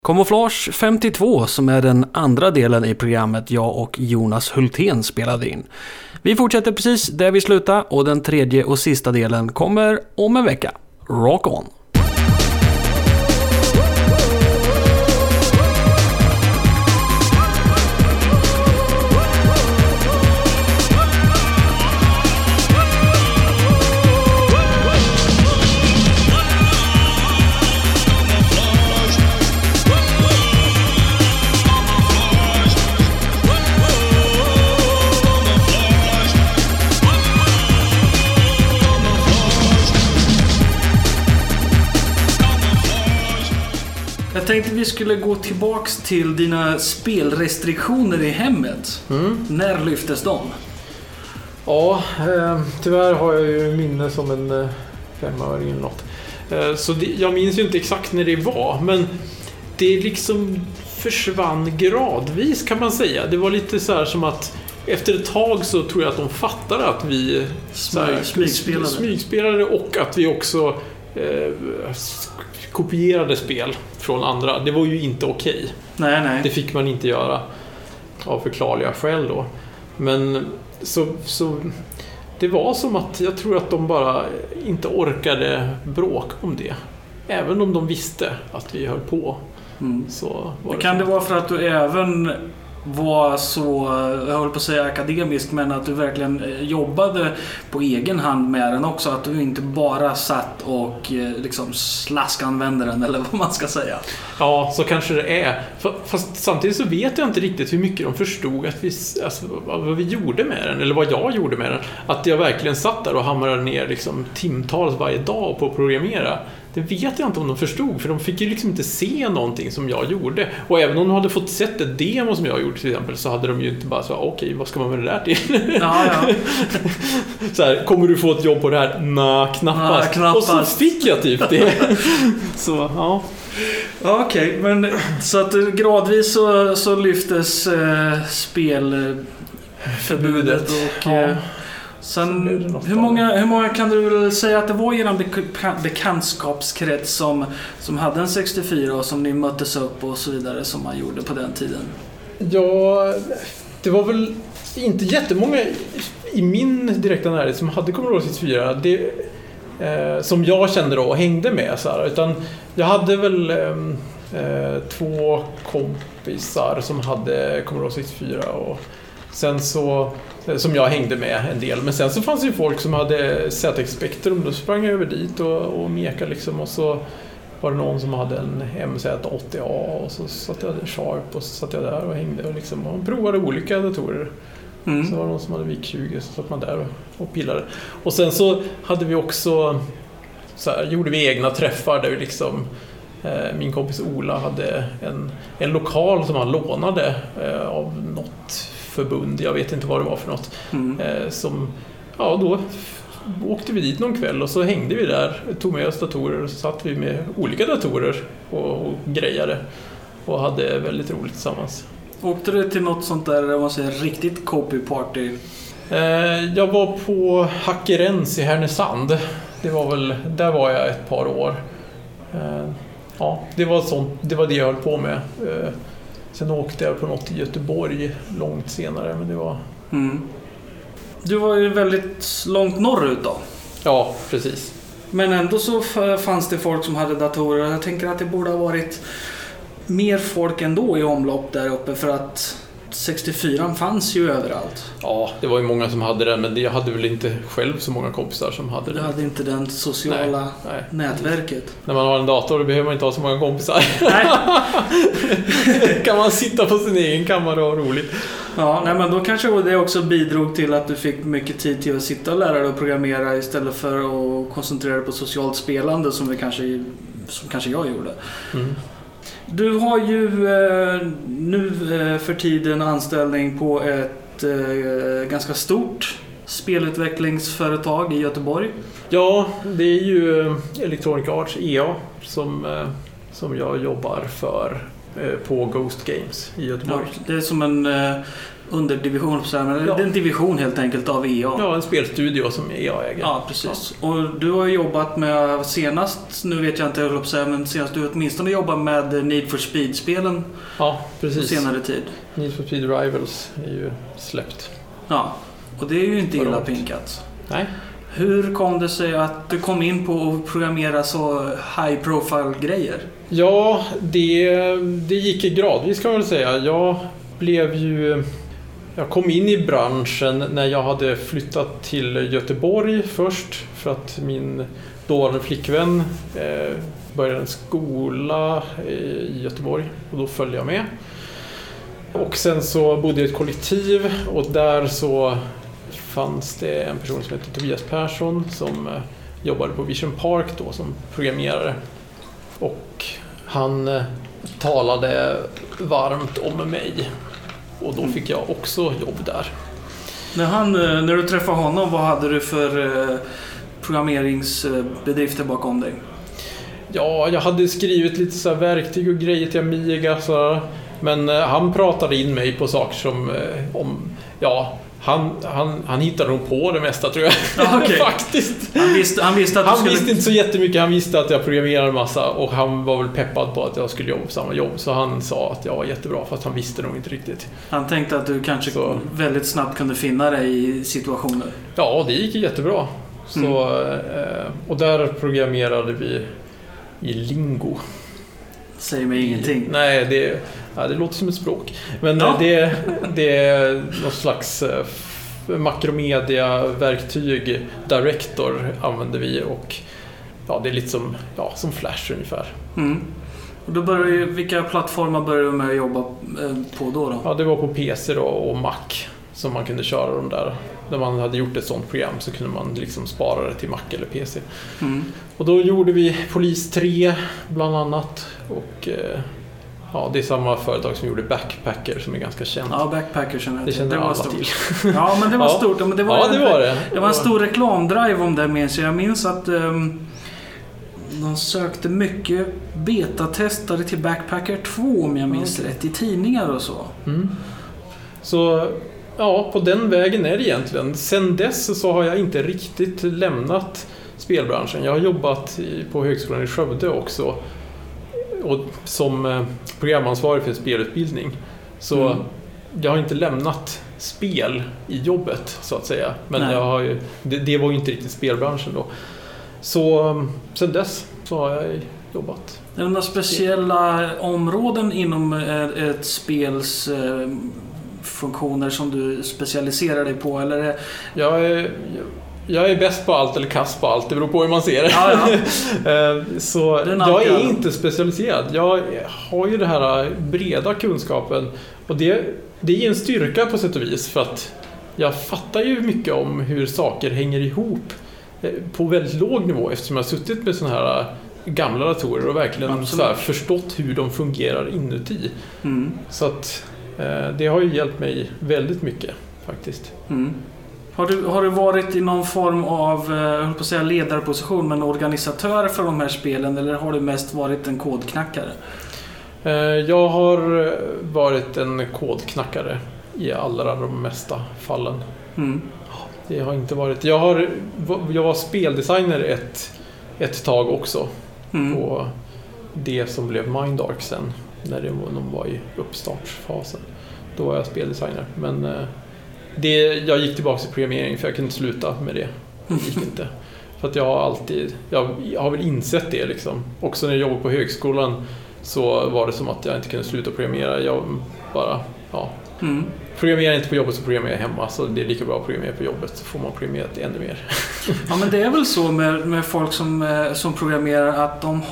Camouflage 52 som är den andra delen i programmet jag och Jonas Hultén spelade in. Vi fortsätter precis där vi slutade och den tredje och sista delen kommer om en vecka. Rock on! Jag tänkte vi skulle gå tillbaks till dina spelrestriktioner i hemmet. När lyftes de? Ja, tyvärr har jag ju minne som en 5-åring eller något. Så jag minns ju inte exakt när det var, men det liksom försvann gradvis kan man säga. Det var lite så här som att efter ett tag så tror jag att de fattade att vi smygspelade och att vi också kopierade spel från andra. Det var ju inte okej. Nej. Det fick man inte göra av förklarliga skäl då. Men så det var som att jag tror att de bara inte orkade bråka om det. Även om de visste att vi höll på. Så var det kan det vara för att du även var så, jag håller på att säga akademisk, men att du verkligen jobbade på egen hand med den också, att du inte bara satt och liksom slaskanvände den eller vad man ska säga. Ja, så kanske det är. Fast samtidigt så vet jag inte riktigt hur mycket de förstod att vad vi gjorde med den, eller vad jag gjorde med den. Att jag verkligen satt där och hamrade ner liksom timtals varje dag på att programmera. Det vet jag inte om de förstod, för de fick ju liksom inte se någonting som jag gjorde. Och även om de hade fått sett ett demo som jag gjorde till exempel, så hade de ju inte bara så okej, vad ska man med det där till? Ja. Så här, kommer du få ett jobb på det här? Nej, knappast. Och så fick jag typ det. Så, ja. Okej, men så att gradvis så lyftes spelförbudet och... Ja. Sen, hur många kan du väl säga att det var genom bekantskapskrets som hade en 64 och som ni möttes upp och så vidare som man gjorde på den tiden? Ja, det var väl inte jättemånga i min direkta närhet som hade Commodore 64 som jag kände då och hängde med så här, utan jag hade väl 2 kompisar som hade Commodore 64 och sen så som jag hängde med en del, men sen så fanns det ju folk som hade ZX Spectrum, då sprang jag över dit och mekade liksom, och så var det någon som hade en MZ80A och så satt jag Sharp och så satt jag där och hängde och liksom och provade olika datorer. Så var det någon som hade VIC-20 så satt man där och pillade. Och sen så hade vi också så här, gjorde vi egna träffar där vi liksom min kompis Ola hade en lokal som han lånade av något förbund, jag vet inte vad det var för något, som, ja, då åkte vi dit någon kväll och så hängde vi där, tog med oss datorer och så satt vi med olika datorer och grejade och hade väldigt roligt tillsammans. Åkte du till något sånt där, man säger, riktigt copy-party? Jag var på Hackerens i Härnösand. Där var jag ett par år. Ja, det var det jag höll på med. Sen åkte jag på något i Göteborg långt senare, men det var... Du var ju väldigt långt norrut då. Ja, precis. Men ändå så fanns det folk som hade datorer. Jag tänker att det borde ha varit mer folk ändå i omlopp där uppe, för att 64 fanns ju överallt. Ja, det var ju många som hade den, men jag hade väl inte själv så många kompisar som hade den. Du hade inte den sociala nätverket. När man har en dator då behöver man inte ha så många kompisar. Nej. Kan man sitta på sin egen kammare och ha roligt. Ja, nej, men då kanske det också bidrog till att du fick mycket tid till att sitta och lära dig att programmera istället för att koncentrera dig på socialt spelande som kanske jag gjorde. Du har ju nu för tiden anställning på ett ganska stort spelutvecklingsföretag i Göteborg. Ja, det är ju Electronic Arts, EA, som som jag jobbar för på Ghost Games i Göteborg. Ja, det är som en underdivision, men det är en division helt enkelt av EA. Ja, en spelstudio som EA äger. Ja, precis. Ja. Och du har jobbat med senast, nu vet jag inte hur jag säga, men senast du åtminstone jobbat med Need for Speed-spelen. Ja, precis. På senare tid. Need for Speed Rivals är ju släppt. Ja, och det är ju inte illa pinkat. Nej. Hur kom det sig att du kom in på att programmera så high profile grejer? Ja, det gick gradvis kan man väl säga. Jag kom in i branschen när jag hade flyttat till Göteborg först för att min dåvarande flickvän började en skola i Göteborg och då följde jag med. Och sen så bodde jag i ett kollektiv och där så fanns det en person som hette Tobias Persson som jobbade på Vision Park då som programmerare. Och han talade varmt om mig och då fick jag också jobb där. När du träffade honom, vad hade du för programmeringsbedrifter bakom dig? Ja, jag hade skrivit lite så här verktyg och grejer till Amiga så, men han pratade in mig på saker som han hittade nog på det mesta tror jag. Okay. Faktiskt. Han visste inte så jättemycket. Han visste att jag programmerade en massa och han var väl peppad på att jag skulle jobba på samma jobb. Så han sa att jag var jättebra fast han visste nog inte riktigt. Han tänkte att du kanske väldigt snabbt kunde finna dig i situationer. Ja, det gick jättebra. Så, och där programmerade vi i Lingo. Säger mig ingenting. Nej, det låter som ett språk. Men ja. Det är något slags makromedia-verktyg. Director använder vi och det är lite som Flash ungefär. Mm. Och då vilka plattformar började du med att jobba på då? Ja, det var på PC då och Mac som man kunde köra dem där. När man hade gjort ett sånt program så kunde man liksom spara det till Mac eller PC. Mm. Och då gjorde vi Polis 3 bland annat och det är samma företag som gjorde Backpacker som är ganska känt. Ja, Backpacker känner jag till. Det kände alla till. Ja, men det var stort. Men det var det. Det var en stor reklamdrive om det minns jag. Jag minns att de sökte mycket betatestare till Backpacker 2 om jag minns rätt i tidningar och så. Mm. Så på den vägen är det egentligen. Sen dess så har jag inte riktigt lämnat spelbranschen. Jag har jobbat på högskolan i Skövde också och som programansvarig för spelutbildning. Så jag har inte lämnat spel i jobbet så att säga. Men det var ju inte riktigt spelbranschen då. Så sen dess så har jag jobbat. Är det några speciella områden inom ett spels funktioner som du specialiserar dig på? Eller jag är bäst på allt eller kast på allt. Det beror på hur man ser det. Ja. Så jag är inte specialiserad. Jag har ju den här breda kunskapen och det är en styrka på sätt och vis för att jag fattar ju mycket om hur saker hänger ihop på väldigt låg nivå eftersom jag har suttit med såna här gamla datorer och verkligen så här förstått hur de fungerar inuti. Mm. Så att det har ju hjälpt mig väldigt mycket faktiskt. Mm. Har du varit i någon form av ledarposition med en organisatör för de här spelen eller har du mest varit en kodknackare? Jag har varit en kodknackare i allra de mesta fallen. Mm. Det har inte varit. Jag var speldesigner ett tag också på det som blev Mindark sen när de var i uppstartsfasen. Då var jag speldesigner. Men jag gick tillbaka till programmering för jag kunde inte sluta med det. Det gick inte. För att jag har väl insett det liksom. Också när jag jobbade på högskolan så var det som att jag inte kunde sluta programmera. Jag bara, programmerar inte på jobbet så programmerar jag hemma. Så det är lika bra att programmera på jobbet så får man programmera ännu mer. Ja, men det är väl så med folk som programmerar att de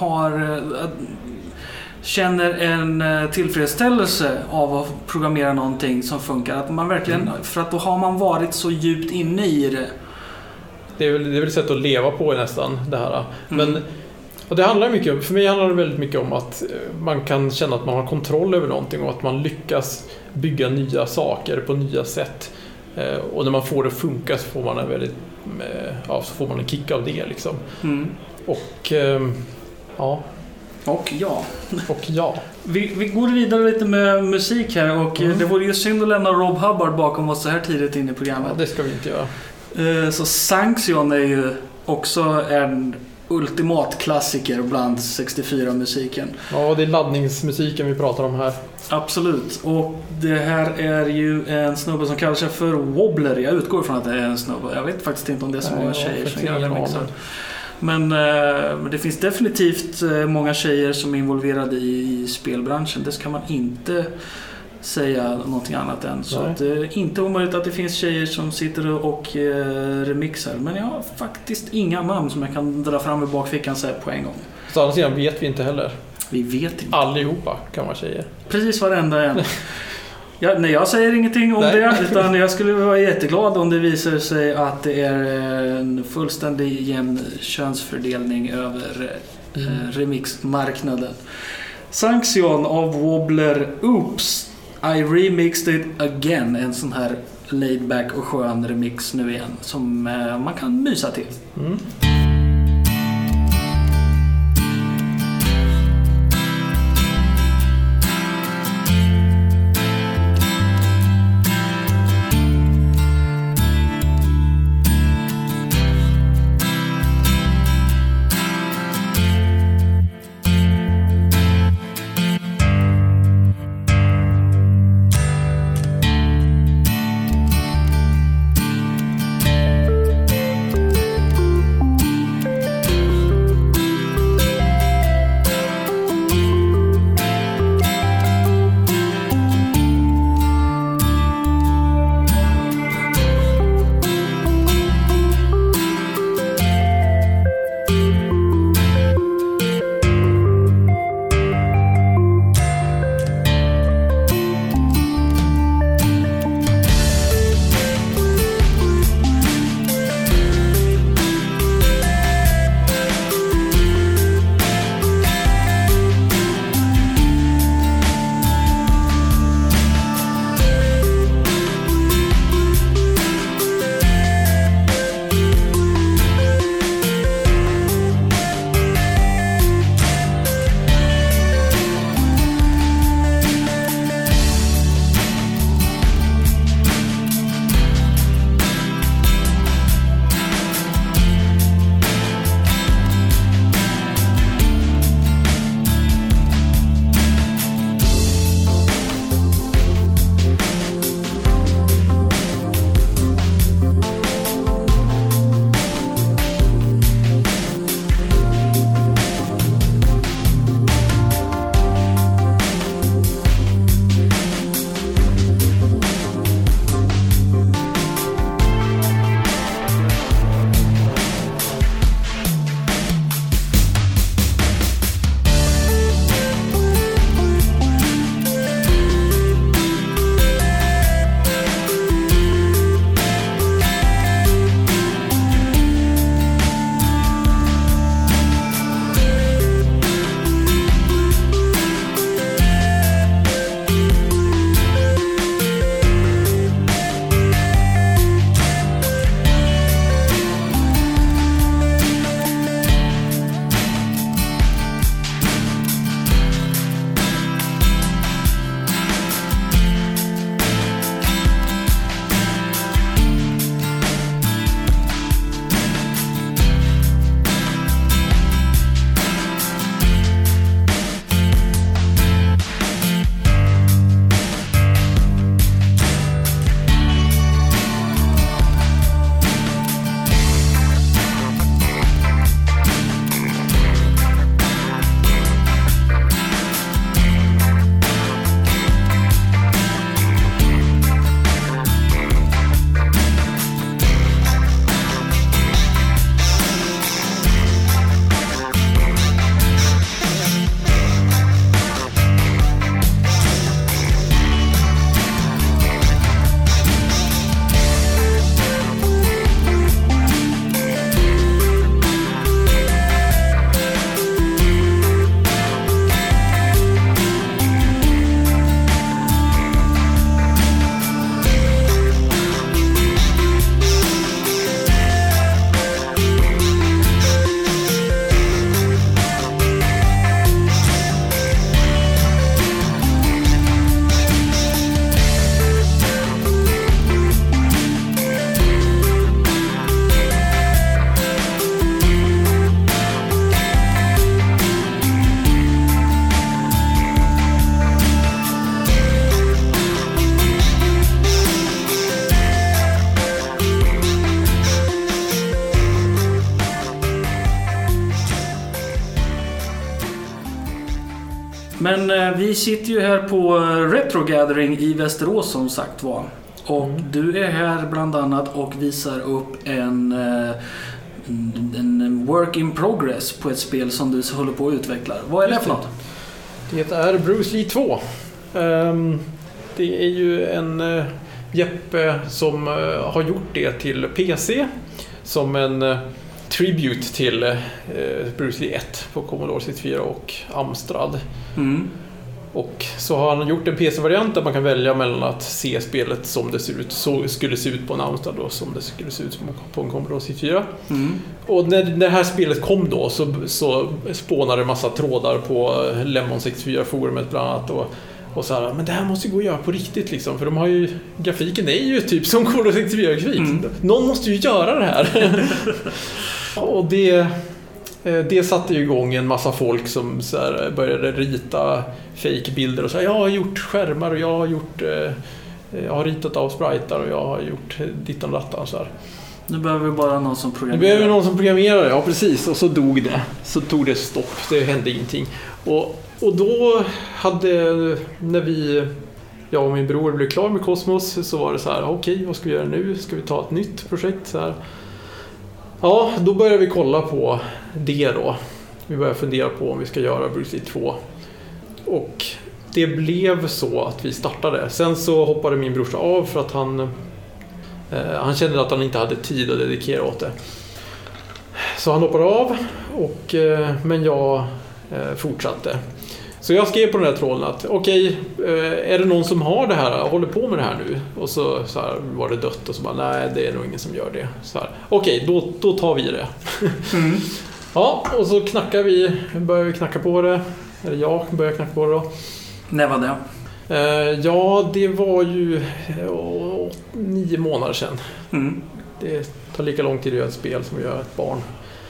känner en tillfredsställelse av att programmera någonting som funkar. Att man verkligen, för att då har man varit så djupt inne i det. Det är väl ett sätt att leva på nästan det här. Men och det handlar mycket, för mig handlar det väldigt mycket om att man kan känna att man har kontroll över någonting och att man lyckas bygga nya saker på nya sätt. Och när man får det att funka så får man så får man en kick av det liksom. Och Och ja. Och ja. Vi går vidare lite med musik här och det vore ju synd att lämna Rob Hubbard bakom oss så här tidigt in i programmet. Ja, det ska vi inte göra. Så Sanction är ju också en ultimat klassiker bland 64-musiken. Ja, det är laddningsmusiken vi pratar om här. Absolut. Och det här är ju en snubbe som kallar sig för Wobbler. Jag utgår från att det är en snubbe. Jag vet faktiskt inte om det är så många tjejer som gör remixar. Men det finns definitivt många tjejer som är involverade i spelbranschen. Det ska man inte säga någonting annat än. Så att det är inte omöjligt att det finns tjejer som sitter och remixar. Men jag har faktiskt inga namn som jag kan dra fram i bakfickan så här på en gång. Så andra sidan vet vi inte heller. Vi vet inte. Allihopa kan vara tjejer. Precis varenda en. Nej, jag säger ingenting om det, utan jag skulle vara jätteglad om det visar sig att det är en fullständig jämn könsfördelning över remixmarknaden. Sanction av Wobbler. Oops, I remixed it again. En sån här laid back och skön remix nu igen som man kan mysa till. Men vi sitter ju här på Retro Gathering i Västerås som sagt var. Och du är här bland annat och visar upp en work in progress på ett spel som du håller på att utveckla. Vad är det för något? Det är Bruce Lee 2. Det är ju en Jeppe som har gjort det till PC som en tribute till Bruce Lee 1 på Commodore 64 och Amstrad. Och så har han gjort en PC-variant där man kan välja mellan att se spelet som det ser ut, så skulle se ut på en Amstrad och som det skulle se ut på en Commodore 64. Och när det här spelet kom då så spånade en massa trådar på Lemon 64-forumet bland annat och så här, men det här måste ju gå att göra på riktigt liksom, för de har ju, grafiken är ju typ som Commodore 64-grafik. Någon måste ju göra det här. Och det satte ju igång en massa folk som så här började rita fake-bilder och så här, jag har gjort skärmar och jag har ritat av spritar och jag har gjort dittan och dattan så här. Nu behöver vi bara någon som programmerar. Nu behöver någon som programmerar, ja precis. Och så dog det. Så tog det stopp. Det hände ingenting. Och då när jag och min bror blev klar med Cosmos så var det så här, okej, vad ska vi göra nu? Ska vi ta ett nytt projekt så här? Ja, då började vi kolla på det då. Vi började fundera på om vi ska göra Bruce Lee 2. Och det blev så att vi startade. Sen så hoppade min brorsa av för att han kände att han inte hade tid att dedikera åt det. Så han hoppade av, men jag fortsatte. Så jag skrev på den här tråden att okej, är det någon som har det här, håller på med det här nu? Och så här, var det dött och så bara, nej, det är nog ingen som gör det. Så här, okej, då tar vi det. Ja, och så började vi knacka på det. Eller jag började knacka på det då. När var det? Ja, det var ju 9 månader sedan. Det tar lika lång tid att göra ett spel som att göra ett barn.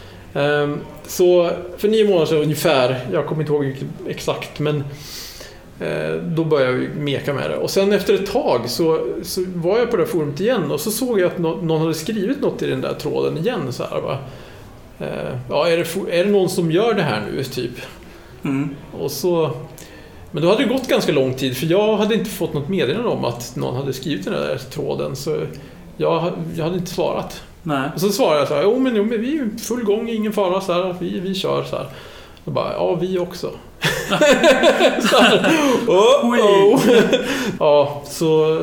Så för 9 månader sedan ungefär, jag kommer inte ihåg exakt, men då började jag meka med det. Och sen efter ett tag så var jag på det här forumet igen och så såg jag att någon hade skrivit något i den där tråden igen. Så här, va? Ja, är det någon som gör det här nu, typ? Och så... Men då hade det gått ganska lång tid, för jag hade inte fått något meddelande om att någon hade skrivit den där tråden, så jag hade inte svarat. Nej. Och så svarade jag så här, jo men vi är full gång, ingen fara, så här, vi kör så här. Och bara, ja, vi också. Så här, ja, så...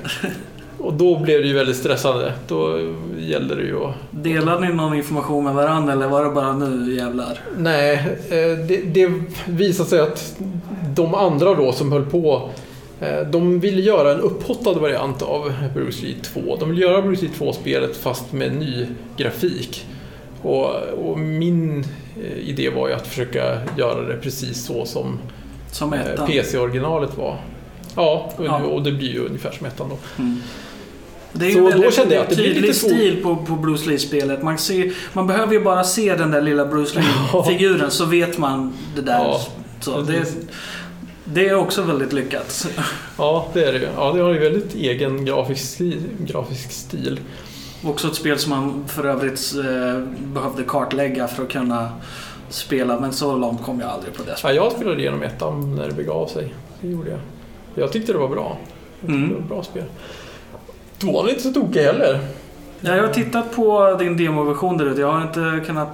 Och då blev det ju väldigt stressande. Då gällde det ju att... Delade ni någon information med varandra eller var det bara nu jävlar? Nej, det visade sig att de andra då som höll på, de ville göra en upphottad variant av Bruce Lee 2. De ville göra Bruce Lee 2-spelet fast med ny grafik. Och min idé var ju att försöka göra det precis så som PC-originalet var. Ja, och det blir ju ungefär som ettan då. Det är ju väldigt tydlig stil på Bruce Lee-spelet. Man behöver ju bara se den där lilla Bruce Lee-figuren så vet man det där. Ja, så det är också väldigt lyckat. Ja, det är det. Ja, det har ju väldigt egen grafisk stil. Också ett spel som man för övrigt behövde kartlägga för att kunna spela, men så långt kom jag aldrig på det. Ja, jag spelade igenom ettan när det begav sig. Det gjorde jag. Jag tyckte det var bra. Det var ett bra spel. Det var inte så tokig heller. Ja, jag har tittat på din demoversion där ute. Jag har inte kunnat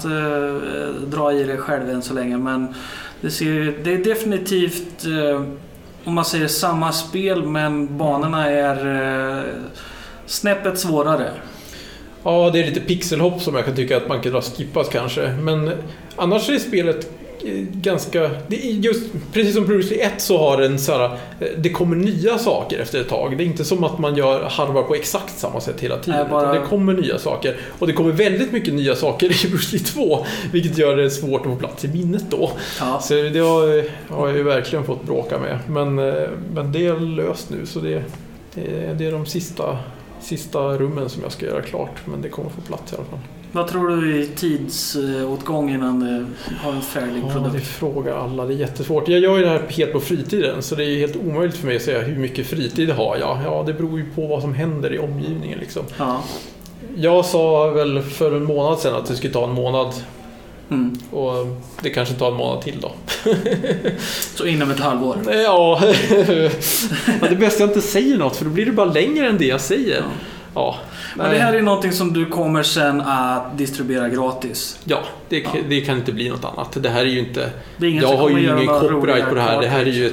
dra i det själv än så länge, men det är definitivt, om man säger samma spel, men banorna är snäppet svårare. Ja, det är lite pixelhopp som jag kan tycka att man kan skippas kanske. Men annars är spelet ganska... Det är just, precis som Bruce Lee 1 så har den så här, det kommer nya saker efter ett tag. Det är inte som att man harvar på exakt samma sätt hela tiden. Det kommer nya saker. Och det kommer väldigt mycket nya saker i Bruce Lee 2. Vilket gör det svårt att få plats i minnet då. Ja. Så det har jag ju verkligen fått bråka med. Men det är löst nu. Så det är de sista rummen som jag ska göra klart, men det kommer få plats i alla fall. Vad tror du i tidsåtgång innan du har en färdig produkt? Det frågar alla, det är jättesvårt. Jag gör ju det här helt på fritiden, så det är helt omöjligt för mig att säga hur mycket fritid har jag. Ja, det beror ju på vad som händer i omgivningen liksom. Ja. Jag sa väl för en månad sedan att det skulle ta en månad Och det kanske tar en månad till då. Så inom ett halvår? Ja, det bästa jag inte säger något, för då blir det bara längre än det jag säger. Ja. Men det här är någonting som du kommer sen att distribuera gratis? Ja, det kan inte bli något annat. Det här är ju inte... Jag har ju ingen copyright på det här. Det här är ju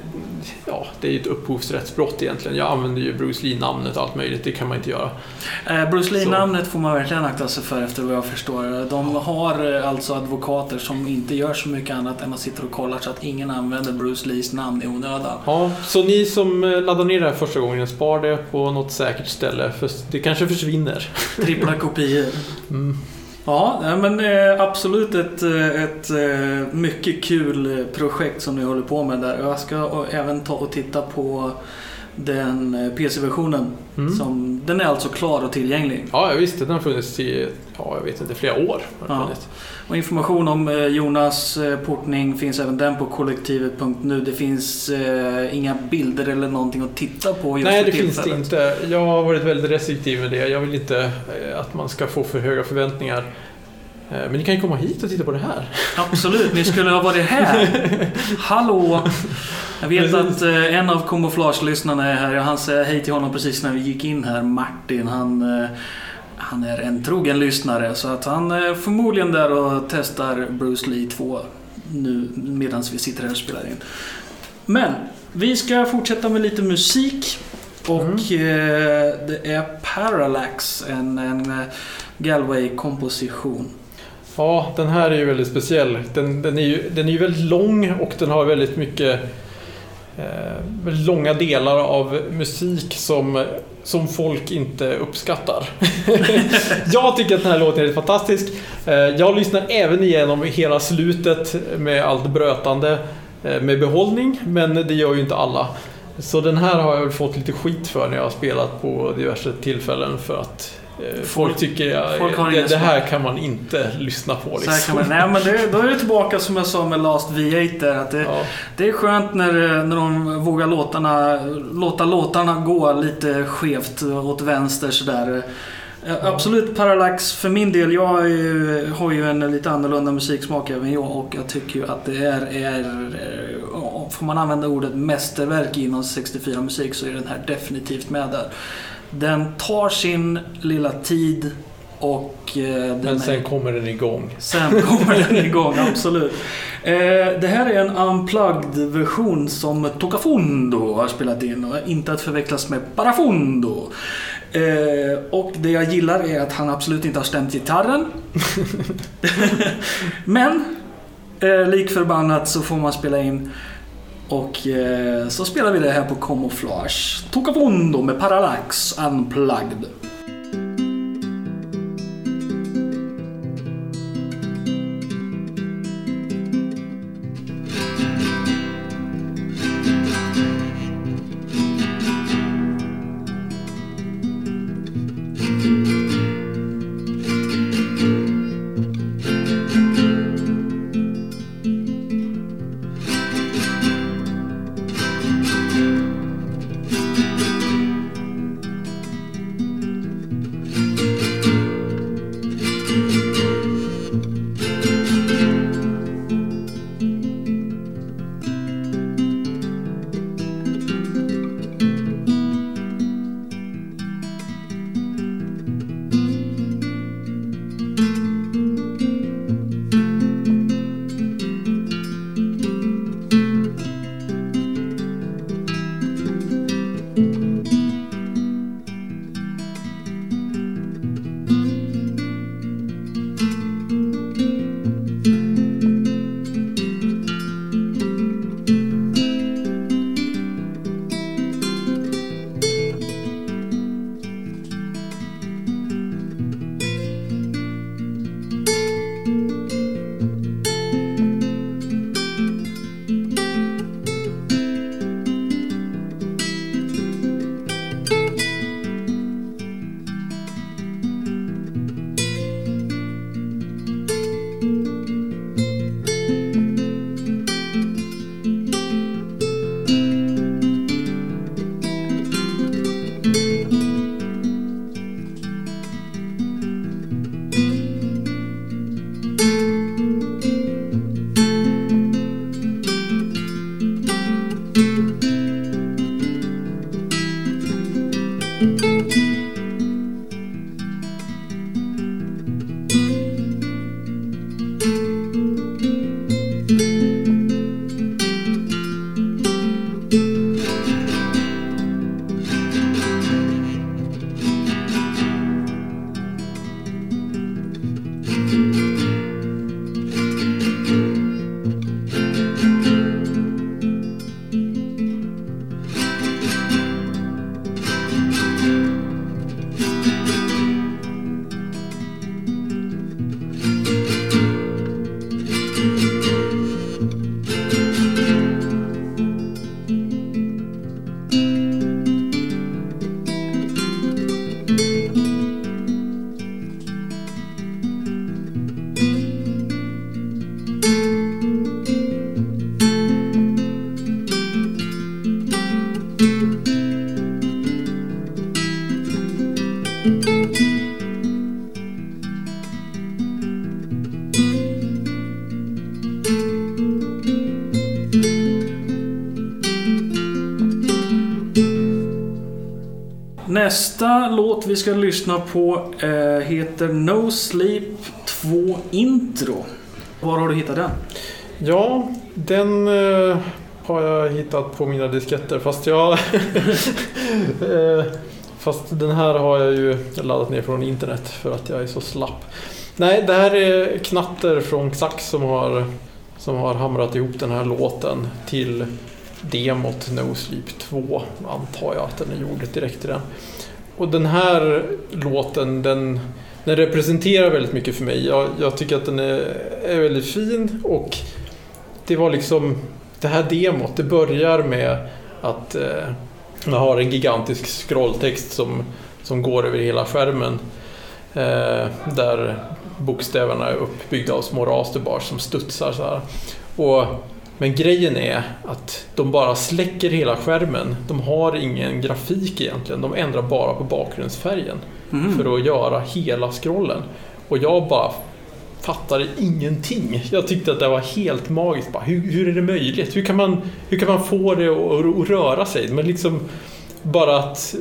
ett upphovsrättsbrott egentligen. Jag använder ju Bruce Lee-namnet och allt möjligt. Det kan man inte göra. Bruce Lee-namnet får man verkligen akta sig för efter vad jag förstår. De har alltså advokater som inte gör så mycket annat än att sitta och kolla så att ingen använder Bruce Lees namn i onödan. Ja, så ni som laddar ner det här första gången, spar det på något säkert ställe. För det kanske försvinner. Trippla kopior. Ja, men absolut ett mycket kul projekt som ni håller på med där. Jag ska även ta och titta på den PC-versionen. Den är alltså klar och tillgänglig. Ja, visst. Den har funnits i jag vet inte, flera år. Och information om Jonas portning finns även den på kollektivet.nu. Det finns inga bilder eller någonting att titta på just. Nej, det finns det inte. Jag har varit väldigt restriktiv med det. Jag vill inte att man ska få för höga förväntningar. Men ni kan ju komma hit och titta på det här. Absolut, ni skulle ha varit här. Hallå! Jag vet att en av Camouflage-lyssnarna är här. Han säger hej till honom precis när vi gick in här. Martin, han är en trogen lyssnare. Så att han är förmodligen där och testar Bruce Lee 2 nu medan vi sitter här och spelar in. Men vi ska fortsätta med lite musik. Och det är Parallax, en Galway-komposition. Ja, den här är ju väldigt speciell. Den är ju väldigt lång och den har väldigt mycket väldigt långa delar av musik som folk inte uppskattar. Jag tycker att den här låten är fantastisk. Jag lyssnar även igenom hela slutet med allt brötande med behållning, men det gör ju inte alla. Så den här har jag fått lite skit för när jag har spelat på diverse tillfällen för att folk tycker det här kan man inte lyssna på liksom. Nej, men då är det tillbaka som jag sa med Last V8 där, att det är skönt när de vågar låta låtarna gå lite skevt åt vänster sådär. Absolut Parallax för min del. Jag har ju en lite annorlunda musiksmak även jag, och jag tycker ju att det är får man använda ordet mästerverk inom 64 musik, så är den här definitivt med där. Den tar sin lilla tid och men sen kommer den igång. Sen kommer den igång, absolut. Det här är en unplugged-version som Tocafondo har spelat in, och inte att förväxlas med Parafondo. Och det jag gillar är att han absolut inte har stämt gitarren. Men lik förbannat så får man spela in. Och så spelar vi det här på Camouflage. Tocafondo med Parallax Unplugged. Nästa låt vi ska lyssna på heter No Sleep 2 Intro. Var har du hittat den? Ja, den har jag hittat på mina disketter. Fast den här har jag ju laddat ner från internet för att jag är så slapp. Nej, det här är Knatter från Xax som har hamrat ihop den här låten till demot No Sleep 2, antar jag att den är gjord direkt till den. Och den här låten, den representerar väldigt mycket för mig. Jag tycker att den är väldigt fin, och det var liksom det här demot, det börjar med att man har en gigantisk scrolltext som går över hela skärmen, där bokstäverna är uppbyggda av små rasterbars som studsar så här. Men grejen är att de bara släcker hela skärmen. De har ingen grafik egentligen. De ändrar bara på bakgrundsfärgen för att göra hela scrollen. Och jag bara fattade ingenting. Jag tyckte att det var helt magiskt. Bara, hur är det möjligt? Hur kan man få det att röra sig? Men liksom bara att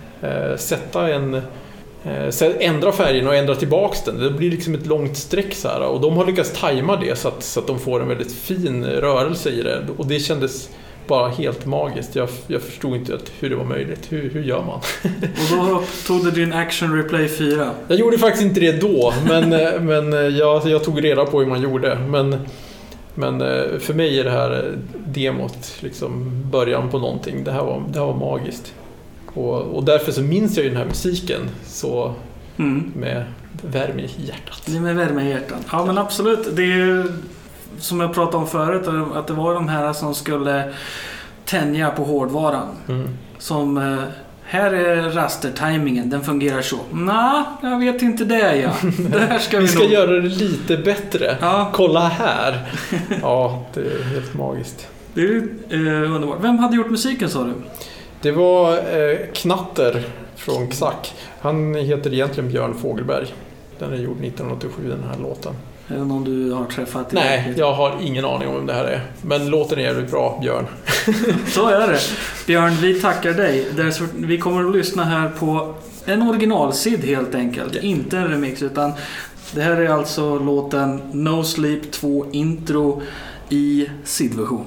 ändra färgen och ändra tillbaks den. Det blir liksom ett långt streck så här. Och de har lyckats tajma det så att de får en väldigt fin rörelse i det. Och det kändes bara helt magiskt. Jag förstod inte hur det var möjligt. Hur gör man? Och då tog du din Action Replay 4? Jag gjorde faktiskt inte det då. Men jag tog reda på hur man gjorde. Men för mig är det här demot liksom början på någonting. Det här var magiskt. Och därför så minns jag ju den här musiken så med värme i hjärtat. Det är med värme i hjärtat. Ja, men absolut. Det är som jag pratade om förut, att det var de här som skulle tänja på hårdvaran. Som här är rastertimingen, den fungerar så. Nej, jag vet inte det. Ja. Det här ska vi ska göra det lite bättre. Ja. Kolla här. Ja, det är helt magiskt. Det är underbart. Vem hade gjort musiken, sa du? Det var Knatter från Xax. Han heter egentligen Björn Fogelberg. Den är gjord 1987, den här låten. Är det någon du har träffat? Nej, jag har ingen aning om vem det här är. Men låten är jävligt bra, Björn. Så är det. Björn, vi tackar dig. Vi kommer att lyssna här på en originalsid helt enkelt. Yeah. Inte en remix, utan det här är alltså låten No Sleep 2 Intro i sidversion.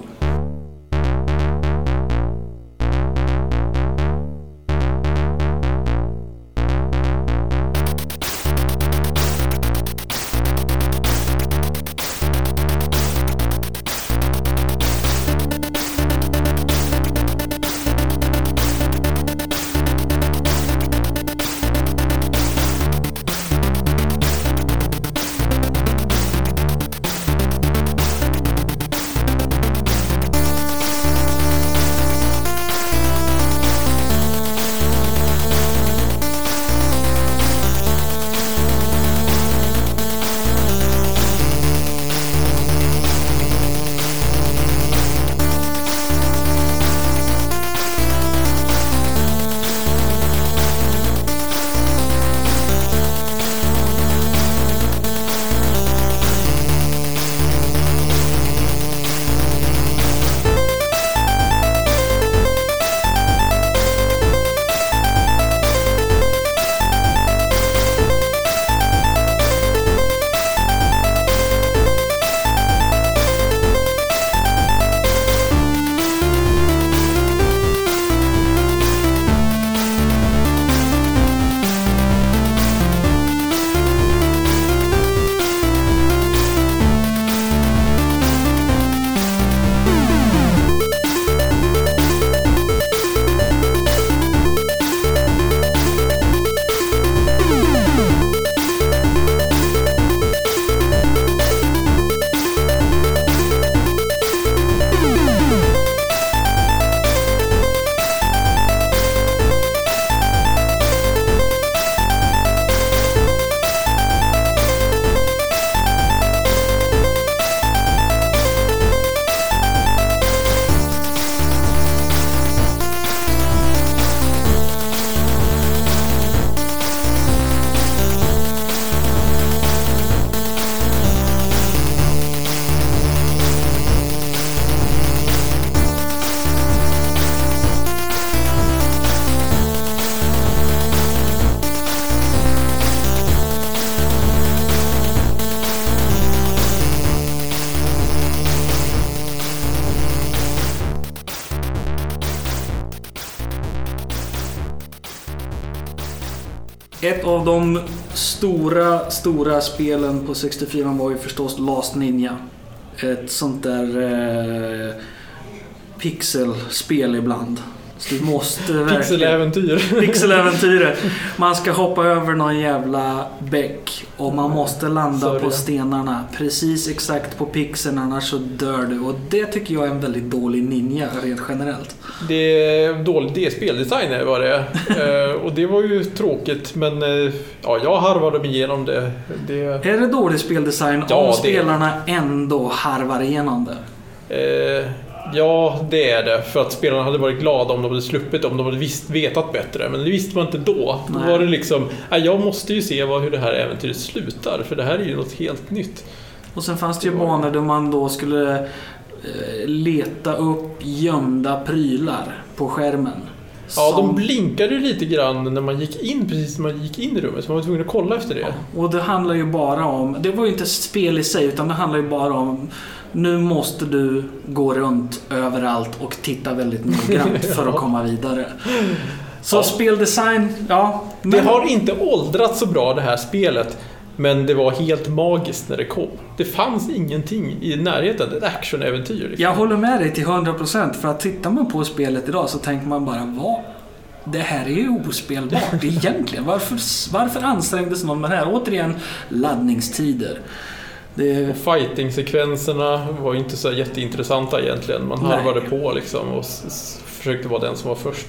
Ett av de stora spelen på 64 var ju förstås Last Ninja. Ett sånt där pixelspel ibland. Så du måste Pixeläventyr. Man ska hoppa över någon jävla bäck och man måste landa på stenarna precis exakt på pixeln, annars så dör du. Och det tycker jag är en väldigt dålig ninja rent generellt. Det är dålig speldesign var det. Och det var ju tråkigt, men ja, jag harvade mig igenom det. Är det dålig speldesign om spelarna ändå harvar igenom det? Ja, det är det. För att spelarna hade varit glada om de hade sluppit, om de hade vetat bättre. Men det visste man inte då. Då var det liksom, jag måste ju se hur det här äventyret slutar. För det här är ju något helt nytt. Och sen fanns det ju banor där man då skulle leta upp gömda prylar på skärmen. Ja, de blinkade ju lite grann när man gick in, precis när man gick in i rummet. Så man var tvungen att kolla efter det. Ja, och det handlar ju bara om, det var ju inte spel i sig, utan det handlar ju bara om, nu måste du gå runt överallt och titta väldigt noggrant för att komma vidare. Så speldesign, men det har inte åldrats så bra det här spelet. Men det var helt magiskt när det kom. Det fanns ingenting i närheten, ett actionäventyr. Liksom. Jag håller med dig till 100%. För att tittar man på spelet idag så tänker man bara, det här är ju ospelbart egentligen. Varför ansträngdes någon med det här? Återigen, laddningstider. Och fighting-sekvenserna var inte så jätteintressanta egentligen. Man harvade på liksom och försökte vara den som var först.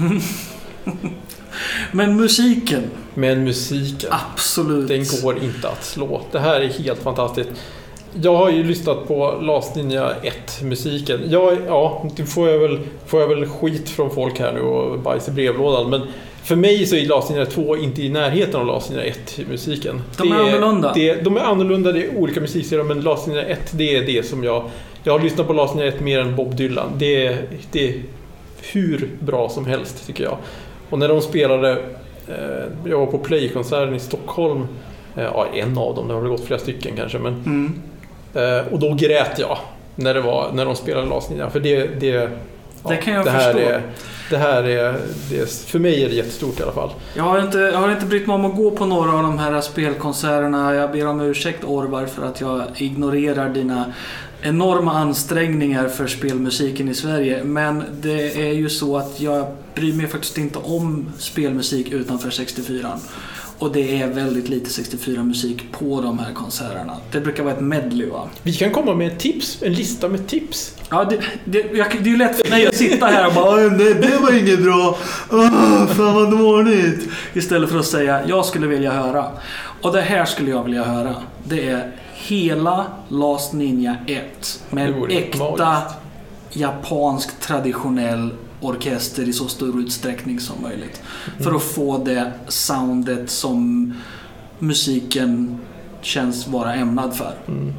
Men musiken, absolut. Den går inte att slå. Det här är helt fantastiskt. Jag har ju lyssnat på Last Ninja 1-musiken. Det får jag väl skit från folk här nu och bajs i brevlådan. Men för mig så är Last Ninja 2 inte i närheten av Last Ninja 1-musiken. De är annorlunda. De är annorlunda, det är olika musikserier. Men Last Ninja 1, det är det som jag har lyssnat på Last Ninja 1 mer än Bob Dylan. Det är hur bra som helst tycker jag. Och när de spelade, jag var på Play-konserten i Stockholm, en av dem, det har väl gått flera stycken kanske, men och då grät jag när de spelade Last Ninja, för det kan jag förstå. Det här är för mig är det jättestort i alla fall. Jag har inte brytt mig om att gå på några av de här spelkonserterna. Jag ber om ursäkt, Orvar, för att jag ignorerar dina enorma ansträngningar för spelmusiken i Sverige. Men det är ju så att jag bryr mig faktiskt inte om spelmusik utanför 64. Och det är väldigt lite 64-musik på de här konserterna. Det brukar vara ett medley, va? Vi kan komma med en lista med tips. Ja, det är ju lätt för mig att sitta här och bara det var inget bra. Fan vad dåligt. Istället för att säga, jag skulle vilja höra. Och det här skulle jag vilja höra. Det är hela Last Ninja 1 med äkta japansk traditionell orkester i så stor utsträckning som möjligt. För att få det soundet som musiken känns vara ämnad för.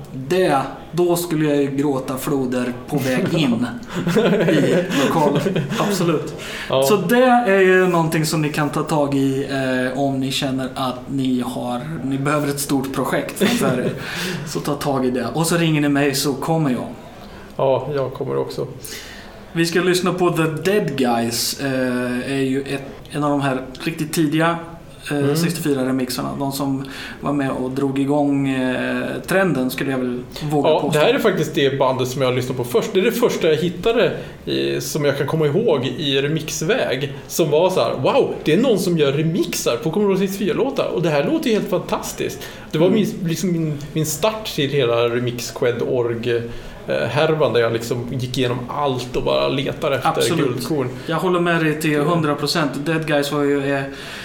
Då skulle jag ju gråta floder på väg in i lokalen. Absolut. Ja. Så det är ju någonting som ni kan ta tag i om ni känner att ni behöver ett stort projekt för er. Så ta tag i det. Och så ringer ni mig så kommer jag. Ja, jag kommer också. Vi ska lyssna på The Dead Guys. Är ju en av de här riktigt tidiga 64-remixarna. De som var med och drog igång trenden, skulle jag väl våga påstå. Det här är faktiskt det bandet som jag lyssnade på först. Det är det första jag hittade som jag kan komma ihåg i remixväg. Som var så här, wow, det är någon som gör remixar på Commodore 64-låtar. Och det här låter helt fantastiskt. Det var min start till hela remix-qued.org härvan där jag liksom gick igenom allt och bara letar efter guldkorn. Jag håller med dig till 100%. Dead Guys var ju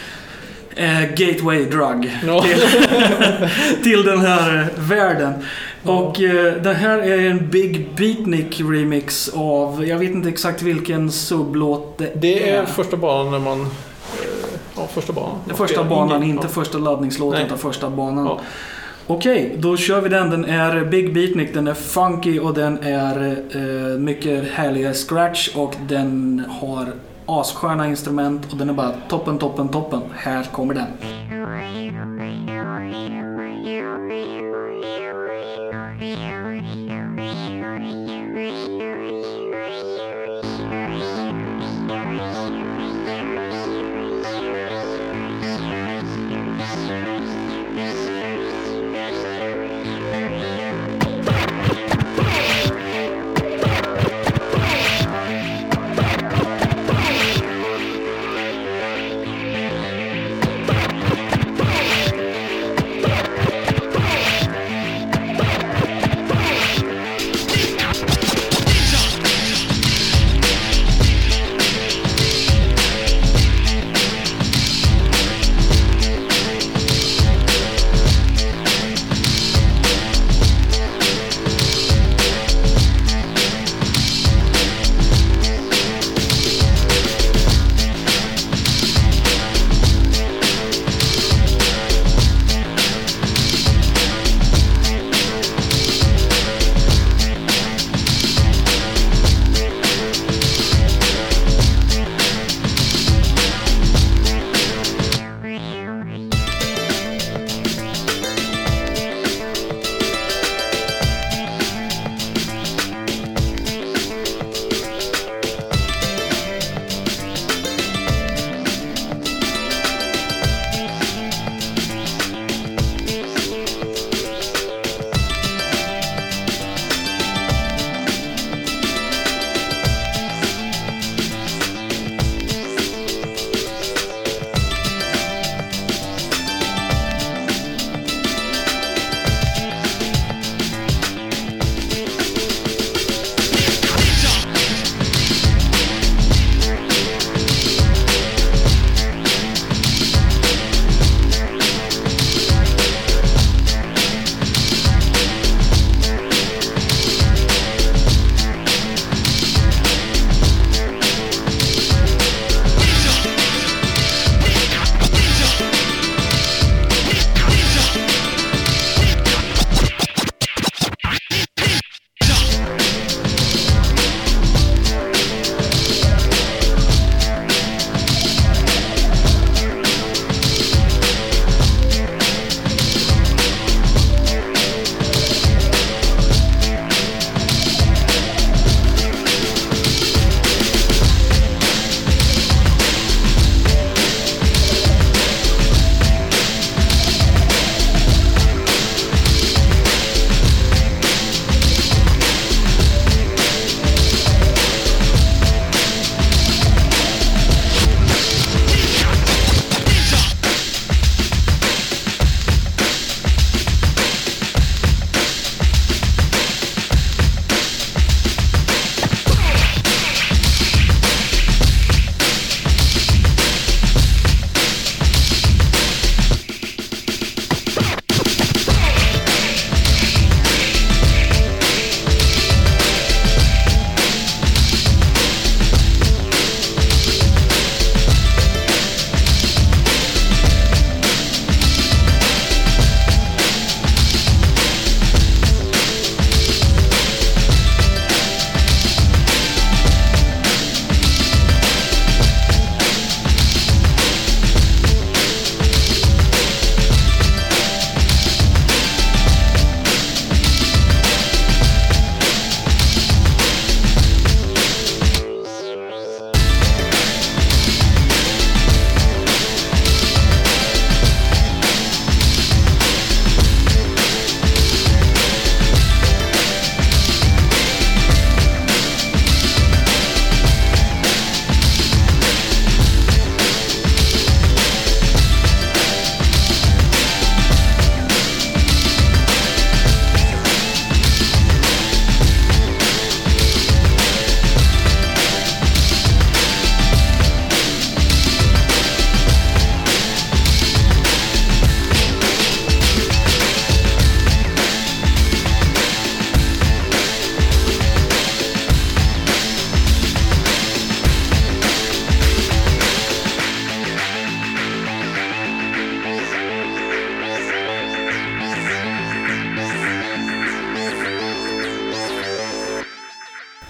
gateway drug till den här världen. Och det här är en Big Beatnik remix av, jag vet inte exakt vilken sublåt det är. Första banan när man första banan. Det första banan, inte första laddningslåten, utan första banan. Ja. Okej, då kör vi den. Den är Big Beatnik, den är funky och den är mycket härliga scratch och den har assköna instrument och den är bara toppen. Här kommer den.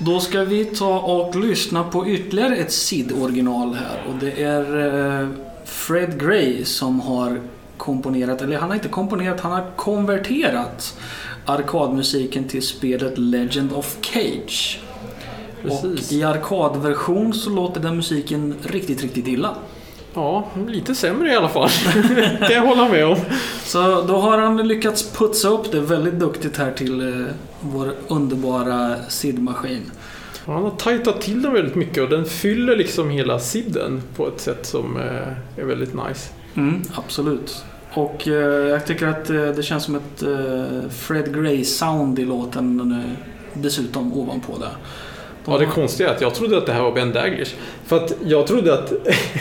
Då ska vi ta och lyssna på ytterligare ett SID-original här. Och det är Fred Gray som har komponerat, eller han har inte komponerat, han har konverterat arkadmusiken till spelet Legend of Cage. Precis. Och i arkadversion så låter den musiken riktigt, riktigt illa. Ja, lite sämre i alla fall. Kan jag hålla med om. Så då har han lyckats putsa upp det väldigt duktigt här till vår underbara SID-maskin. Ja, han har tajtat till den väldigt mycket och den fyller liksom hela SIDen på ett sätt som är väldigt nice. Absolut. Och jag tycker att det känns som ett Fred Gray-sound i låten dessutom ovanpå det. Ja, det konstiga är att jag trodde att det här var Ben Daglish. För att jag trodde att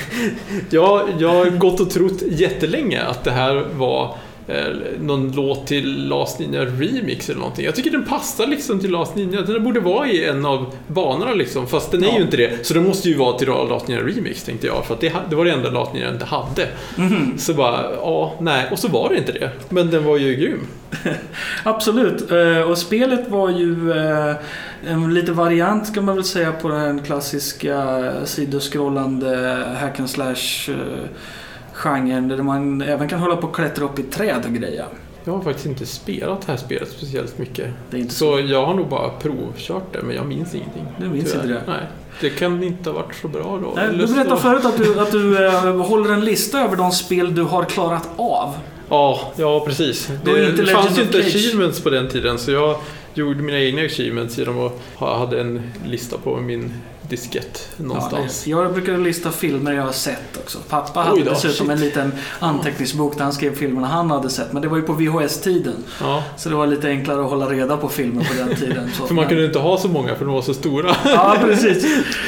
jag har gått och trott jättelänge att det här var någon låt till Last Ninja Remix eller någonting. Jag tycker den passar liksom till Last Ninja. Den borde vara i en av banorna liksom, fast den är ju inte det. Så det måste ju vara till Last Ninja Remix, tänkte jag. För att det var det enda Last Ninja inte hade. Så bara, nej. Och så var det inte det. Men den var ju grym. Absolut. Och spelet var ju en lite variant, ska man väl säga, på den klassiska sidoskrollande hack and slash genren, där man även kan hålla på och klättra upp i träd och grejer. Jag har faktiskt inte spelat det här spelet speciellt mycket. Det är inte så jag har nog bara provkört det, men jag minns ingenting. Du minns inte det? Nej, det kan inte ha varit så bra då. Nej, du berättade förut att du håller en lista över de spel du har klarat av. Ja, precis. Det fanns ju inte achievements på den tiden, så jag gjorde mina egna achievements genom att hade en lista på min diskett någonstans. Ja, jag brukar lista filmer jag har sett också. Pappa hade dessutom en liten anteckningsbok där han skrev filmerna han hade sett. Men det var ju på VHS-tiden. Ja. Så det var lite enklare att hålla reda på filmer på den tiden. Så för man kunde inte ha så många för de var så stora. Ja, precis.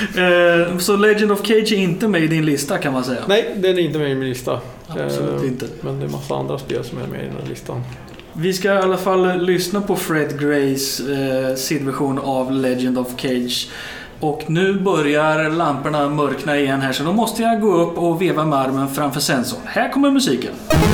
Så Legend of Cage är inte med i din lista, kan man säga. Nej, den är inte med i min lista. Absolut inte. Men det är massa andra spel som är med i den här listan. Vi ska i alla fall lyssna på Fred Grays SID-version av Legend of Cage. Och nu börjar lamporna mörkna igen här, så då måste jag gå upp och veva med armen framför sensorn. Här kommer musiken.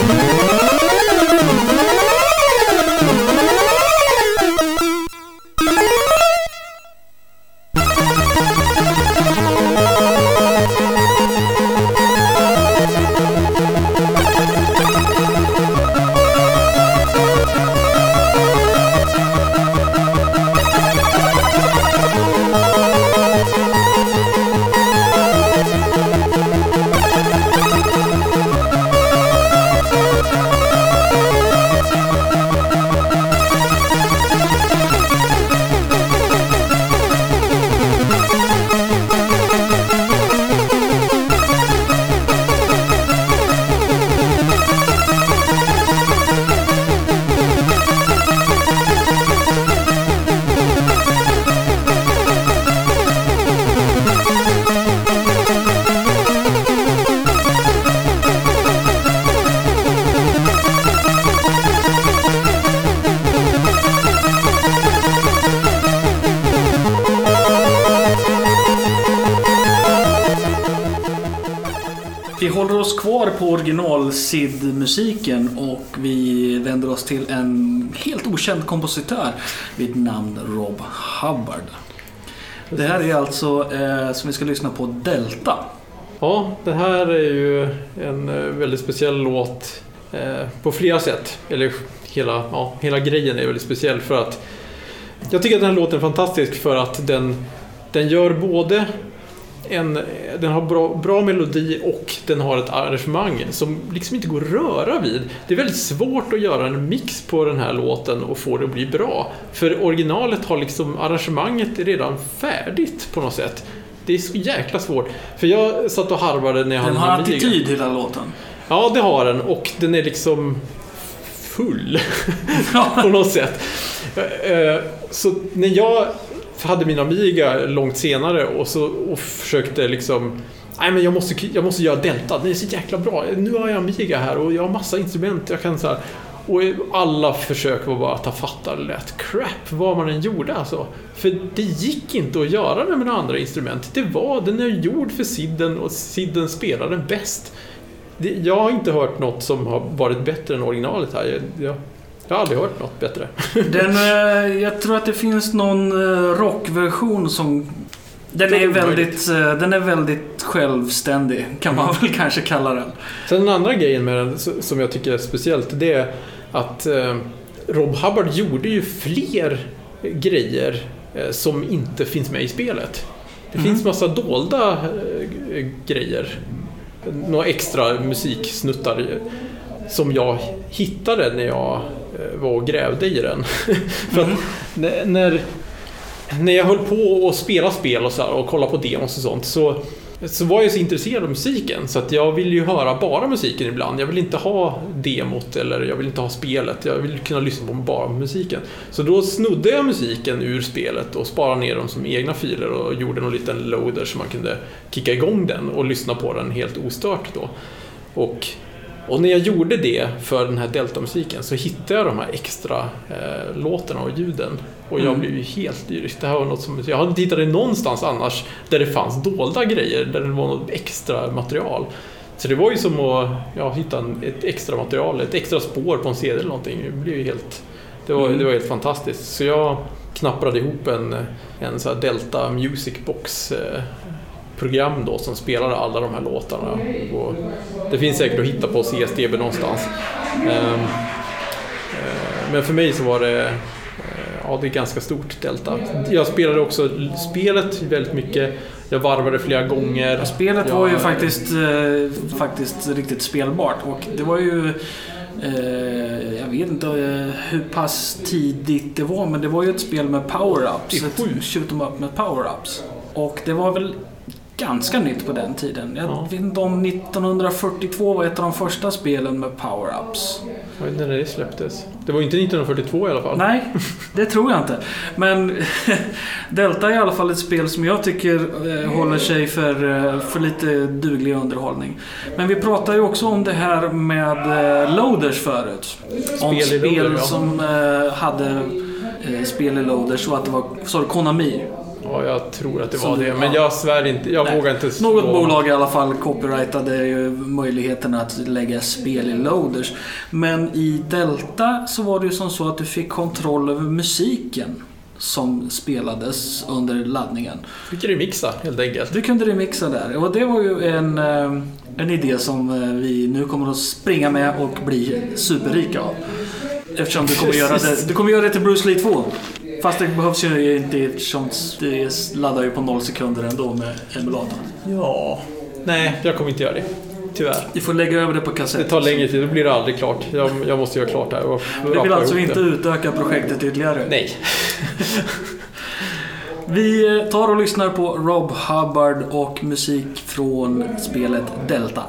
Vi håller oss kvar på original SID-musiken och vi vänder oss till en helt okänd kompositör vid namn Rob Hubbard. Det här är alltså som vi ska lyssna på, Delta. Ja, det här är ju en väldigt speciell låt på flera sätt. Eller hela grejen är väldigt speciell för att jag tycker att den här låten är fantastisk för att den gör både den har bra melodi och den har ett arrangemang som liksom inte går att röra vid. Det är väldigt svårt att göra en mix på den här låten och få det att bli bra. För originalet har liksom arrangemanget redan färdigt på något sätt. Det är så jäkla svårt. För jag satt och harvade när jag hade den har attityd hela låten. Ja, det har den. Och den är liksom full på något sätt. Så när jag hade min Amiga långt senare och försökte liksom, nej men jag måste göra Delta, den är så jäkla bra, nu har jag Amiga här och jag har massa instrument jag kan så här, och alla försök var bara att ta fattar lätt crap vad man än gjorde alltså, för det gick inte att göra det med några andra instrument. Den är gjord för SIDen och SIDen spelar den bäst. Jag har inte hört något som har varit bättre än originalet här. Jag har aldrig hört något bättre. Jag tror att det finns någon rockversion som... Den är väldigt självständig, kan man väl kanske kalla den. Sen den andra grejen med den som jag tycker är speciellt, det är att Rob Hubbard gjorde ju fler grejer som inte finns med i spelet. Det finns massa dolda grejer. Några extra musiksnuttar som jag hittade när jag var och grävde i den. För att när jag höll på att spela spel och, så här, och kolla på demos och sånt så var jag så intresserad av musiken så att jag ville ju höra bara musiken ibland. Jag vill inte ha demot eller jag vill inte ha spelet. Jag vill kunna lyssna på bara musiken. Så då snodde jag musiken ur spelet och sparade ner dem som egna filer och gjorde någon liten loader så man kunde kicka igång den och lyssna på den helt ostört då. Och när jag gjorde det för den här Delta-musiken så hittade jag de här extra låtarna och ljuden. Och jag blev ju helt lyrisk. Det här var något som jag hade inte hittat det någonstans annars där det fanns dolda grejer, där det var något extra material. Så det var ju som att hitta ett extra material, ett extra spår på en CD eller någonting. Det var helt fantastiskt. Så jag knapprade ihop en så här Delta Music Box program då som spelade alla de här låtarna. Och det finns säkert att hitta på CSDB någonstans. Men för mig så var det det är ganska stort Delta. Jag spelade också spelet väldigt mycket. Jag varvade flera gånger. Spelet var ju faktiskt riktigt spelbart och det var ju jag vet inte hur pass tidigt det var, men det var ju ett spel med power-ups. Ett shoot 'em up med power-ups. Och det var väl ganska nytt på den tiden. Jag vet inte om 1942 var ett av de första spelen med power-ups. Jag vet inte när det släpptes. Det var inte 1942 i alla fall. Nej, det tror jag inte. Men Delta är i alla fall ett spel som jag tycker håller sig för lite duglig underhållning. Men vi pratade ju också om det här med loaders förut. Om spel som hade spel i loaders och att det var Konami. Ja, jag tror att det var det. Men jag svär inte. Jag vågar inte. Något bolag i alla fall copyrightade ju möjligheten att lägga spel i loaders. Men i Delta så var det ju som så att du fick kontroll över musiken som spelades under laddningen. Du fick remixa helt enkelt. Du kunde remixa där. Och det var ju en idé som vi nu kommer att springa med och bli superrika av. Eftersom du kommer göra det till Bruce Lee 2. Fast det behövs ju inte, eftersom det laddar ju på 0 sekunder ändå med emulatorn. Ja, nej, jag kommer inte göra det. Tyvärr. Vi får lägga över det på kassett. Det tar längre tid, då blir det aldrig klart. Jag måste göra klart det här. Du vill alltså inte utöka projektet ytterligare? Nej. Vi tar och lyssnar på Rob Hubbard och musik från spelet Delta.